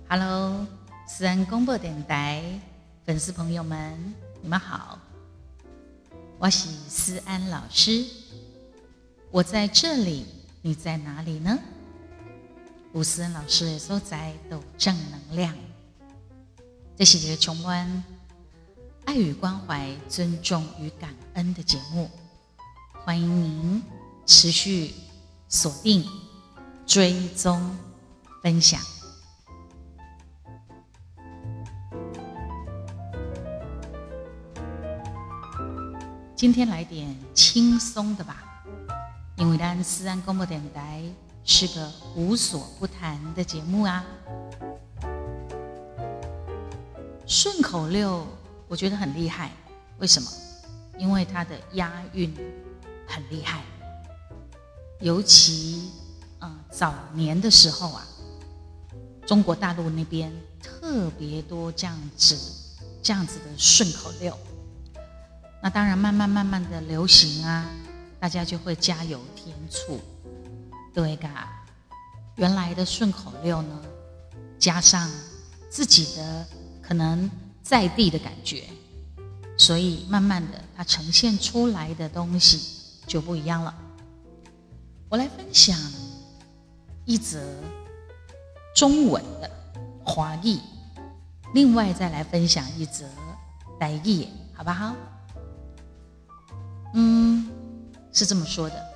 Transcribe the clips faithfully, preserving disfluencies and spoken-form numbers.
Hello， 思安广播电台粉丝朋友们，你们好，我是思安老师，我在这里，你在哪里呢？有思安老师的所在都有正能量，这是一个充满爱与关怀、尊重与感恩的节目，欢迎您持续锁定、追踪、分享。今天来点轻松的吧，因为咱思安广播电台是个无所不谈的节目啊。顺口溜我觉得很厉害，为什么？因为它的押韵很厉害，尤其、呃、早年的时候啊，中国大陆那边特别多这样子这样子的顺口溜。那当然慢慢慢慢的流行啊，大家就会加油添醋，对嘎。原来的顺口溜呢，加上自己的可能在地的感觉，所以慢慢的它呈现出来的东西就不一样了。我来分享一则中文的华语，另外再来分享一则台语，好不好？嗯，是这么说的，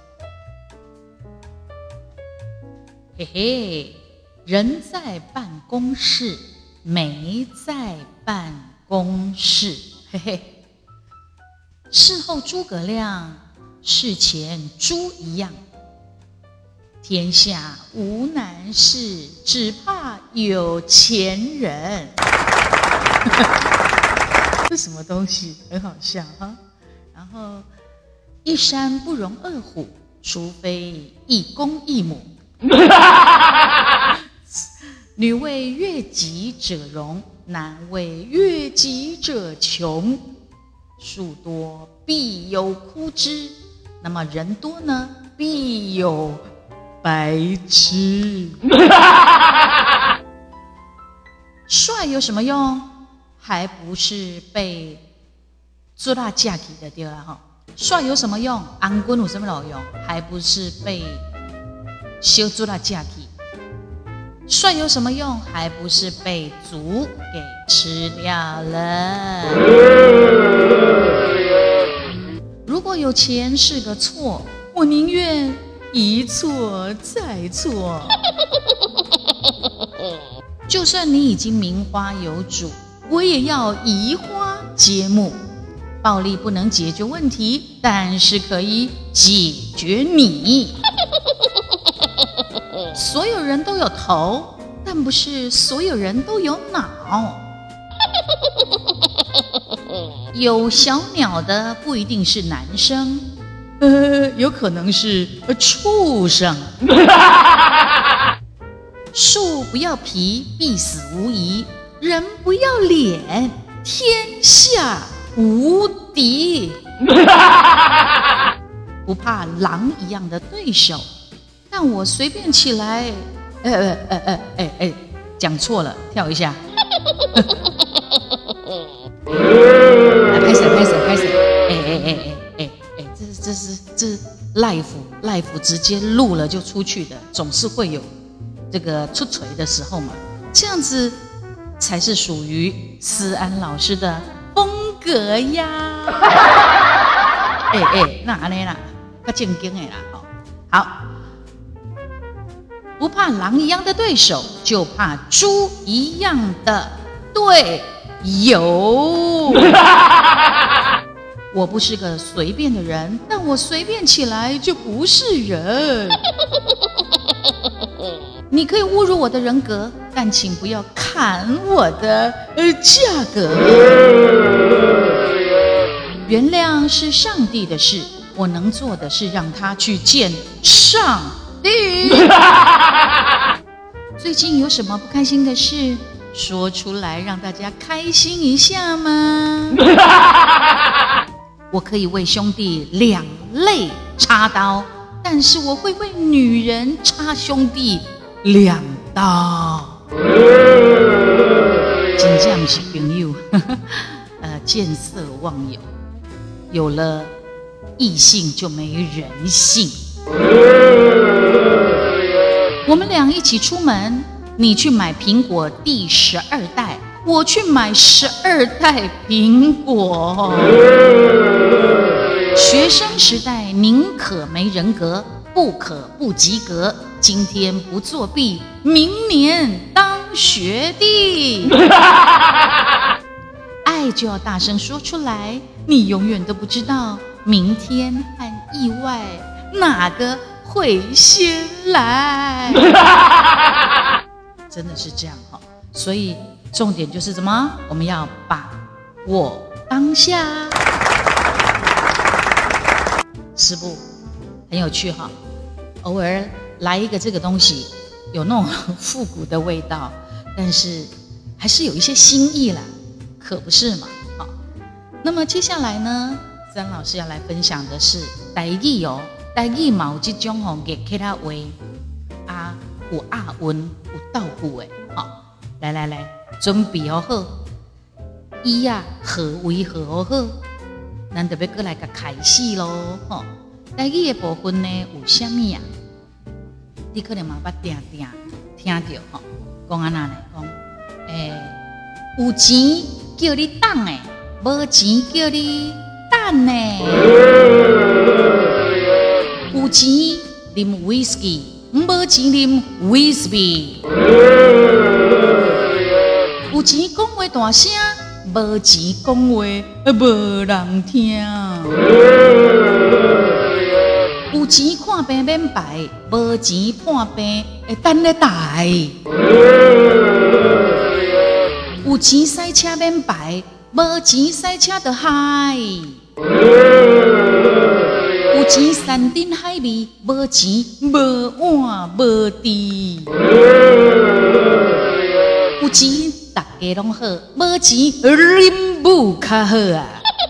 嘿嘿，人在办公室，没在办公室，嘿嘿。事后诸葛亮，事前猪一样。天下无难事，只怕有钱人。这什么东西？很好笑哈。然后。一山不容二虎，除非一公一母。女为悦己者容，男为悦己者穷。树多必有枯枝，那么人多呢，必有白痴。帅有什么用？还不是被做大架起的丢了哈。帅有什么用？安棍有什么老用？还不是被修做了架起。帅有什么用？还不是被猪给吃掉了。如果有钱是个错，我宁愿一错再错。就算你已经名花有主，我也要移花接木。暴力不能解决问题，但是可以解决你。所有人都有头，但不是所有人都有脑。有小鸟的不一定是男生，呃，有可能是畜生。树不要皮，必死无疑；人不要脸，天下无敌。不怕狼一样的对手，但我随便起来，呃呃呃呃哎哎，讲错了，跳一下。开始开始开始，哎哎哎哎哎哎，这是这是这是 live live 直接录了就出去的，总是会有这个出锤的时候嘛，这样子才是属于思安老师的风格呀。哎哎，那安尼啦，较正经的啦，好，不怕狼一样的对手，就怕猪一样的队友。我不是个随便的人，但我随便起来就不是人。你可以侮辱我的人格，但请不要砍我的呃价格。原谅是上帝的事，我能做的是让他去见上帝。最近有什么不开心的事？说出来让大家开心一下吗？我可以为兄弟两肋插刀，但是我会为女人插兄弟两刀。 真正不是朋友，呃，见色忘友，有了异性就没人性。我们俩一起出门，你去买苹果第十二代，我去买十二代苹果。学生时代宁可没人格，不可不及格。今天不作弊，明年当学弟。爱就要大声说出来，你永远都不知道明天和意外哪个会先来。真的是这样哈，所以重点就是什么？我们要把握当下。师父很有趣哈，偶尔来一个这个东西，有那种复古的味道，但是还是有一些新意啦，可不是嘛？好，那么接下来呢，思安老师要来分享的是台语哦，台语嘛有这种吼艺客仔话啊，有押韵有倒句的，好，来来来，准备好好，伊啊何为何好？咱特别过来个开始咯，吼！台语的部分呢有啥物啊？你可能嘛捌定定听到吼，讲安那呢？讲诶，有钱叫你等诶，无钱叫你等诶。有钱啉威士忌，无钱啉威士忌。有钱讲话大声。无钱讲话，无人听。有钱看病免排，无钱看病会等咧台。有钱驶车免排，无钱驶车就嗨。有钱山珍海味，无钱无碗无地。有钱。大家拢好，无钱啉母较好啊！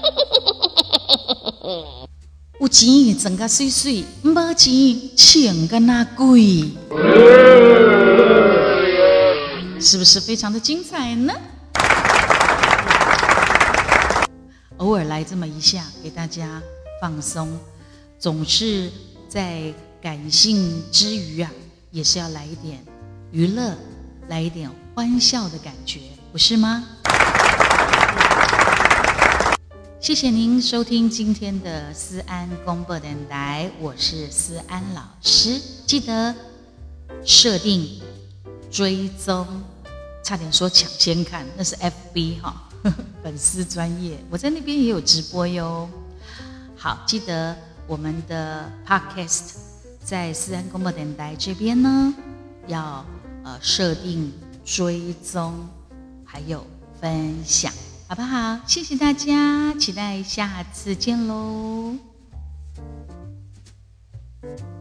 有钱装甲水水，无钱穿甲那贵，是不是非常的精彩呢？偶尔来这么一下，给大家放松，总是在感性之余啊，也是要来一点娱乐，来一点欢笑的感觉，不是吗？谢谢您收听今天的思安广播电台，我是思安老师。记得设定、追踪，差点说抢先看，那是 F B 哈，粉丝专页，我在那边也有直播哟。好，记得我们的 Podcast 在思安广播电台这边呢，要呃设定。追踪还有分享，好不好？谢谢大家，期待下次见喽。